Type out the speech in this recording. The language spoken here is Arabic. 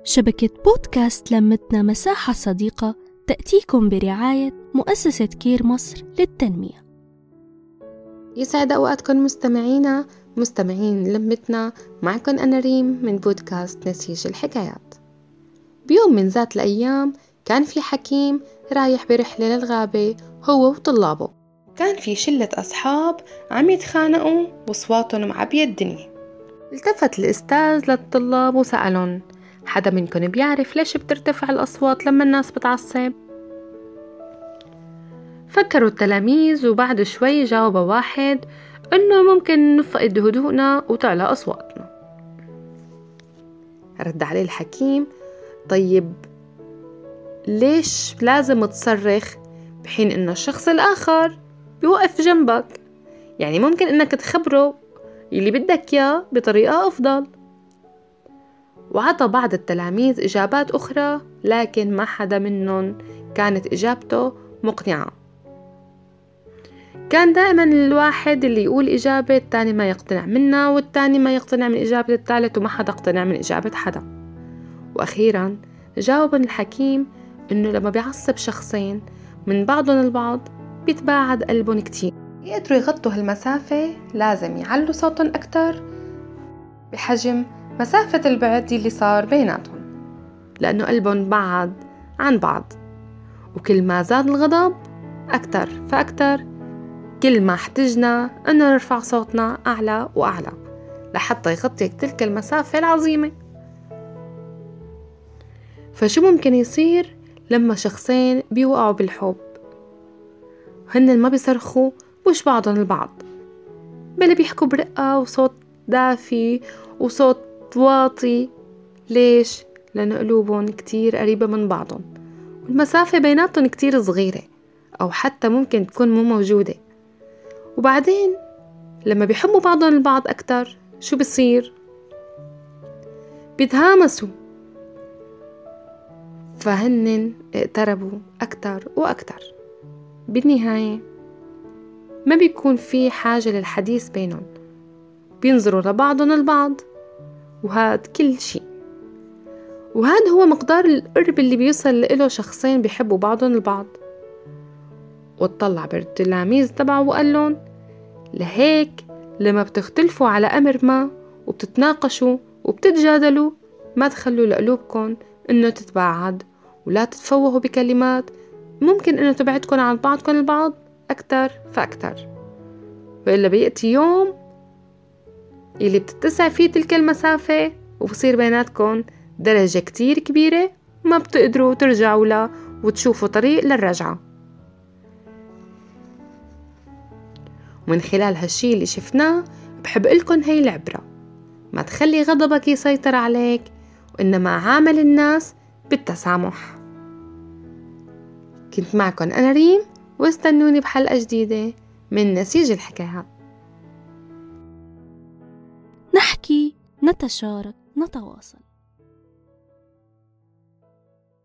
شبكة بودكاست لمتنا مساحة صديقة تأتيكم برعاية مؤسسة كير مصر للتنمية. يسعد أوقاتكم مستمعين لمتنا. معكم أنا ريم من بودكاست نسيج الحكايات. بيوم من ذات الأيام كان في حكيم رايح برحلة للغابة هو وطلابه. كان في شلة أصحاب عم يتخانقوا وصواتهم معبية الدنيا. التفت الأستاذ للطلاب وسألهم: حدا منكم بيعرف ليش بترتفع الأصوات لما الناس بتعصب؟ فكروا التلاميذ وبعد شوي جاوب واحد إنه ممكن نفقد هدوءنا وتعلى أصواتنا. رد عليه الحكيم: طيب ليش لازم تصرخ بحين إنه الشخص الآخر بيوقف جنبك؟ يعني ممكن إنك تخبره اللي بدك إياه بطريقة أفضل. وعطى بعض التلاميذ إجابات أخرى، لكن ما حدا منهم كانت إجابته مقنعة. كان دائما الواحد اللي يقول إجابة التاني ما يقتنع منها، والتاني ما يقتنع من إجابة الثالث، وما حدا يقتنع من إجابة حدا. وأخيرا جاوب الحكيم إنه لما بيعصب شخصين من بعضهم البعض بيتباعد قلبهم كتير. يقدروا يغطوا هالمسافة لازم يعلوا صوتهم أكتر بحجم مسافة البعد اللي صار بيناتهم، لأنه قلبهم بعد عن بعض. وكل ما زاد الغضب أكتر فأكتر، كل ما احتجنا أنه نرفع صوتنا أعلى وأعلى لحتى يغطي تلك المسافة العظيمة. فشو ممكن يصير لما شخصين بيوقعوا بالحب؟ هن ما بيصرخوا بوش بعضهم البعض، بل بيحكوا برقة وصوت دافي وصوت واطي. ليش؟ لأن قلوبهم كتير قريبة من بعضهم، والمسافة بيناتهم كتير صغيرة، أو حتى ممكن تكون مو موجودة. وبعدين لما بيحبوا بعضهم البعض أكتر شو بيصير؟ بيتهامسوا، فهن اقتربوا أكتر وأكتر. بالنهاية ما بيكون في حاجة للحديث بينهم، بينظروا لبعضهم البعض، وهذا كل شيء. وهذا هو مقدار القرب اللي بيوصل له شخصين بيحبوا بعضهم البعض. واتطلع بالتلاميذ تبعه وقال لهم: لهيك لما بتختلفوا على أمر ما وبتتناقشوا وبتتجادلوا، ما تخلوا لقلوبكم إنه تتباعد، ولا تتفوهوا بكلمات ممكن إنه تبعدكم عن بعضكم البعض أكتر فأكتر، وإلا بيأتي يوم اللي بتتسع فيه تلك المسافة وبصير بيناتكم درجة كتير كبيرة ما بتقدروا ترجعوا له وتشوفوا طريق للرجعة. ومن خلال هالشي اللي شفناه بحب لكم هاي العبرة: ما تخلي غضبك يسيطر عليك، وإنما عامل الناس بالتسامح. كنت معكم أنا ريم، واستنوني بحلقة جديدة من نسيج الحكايات. نحكي، نتشارك، نتواصل.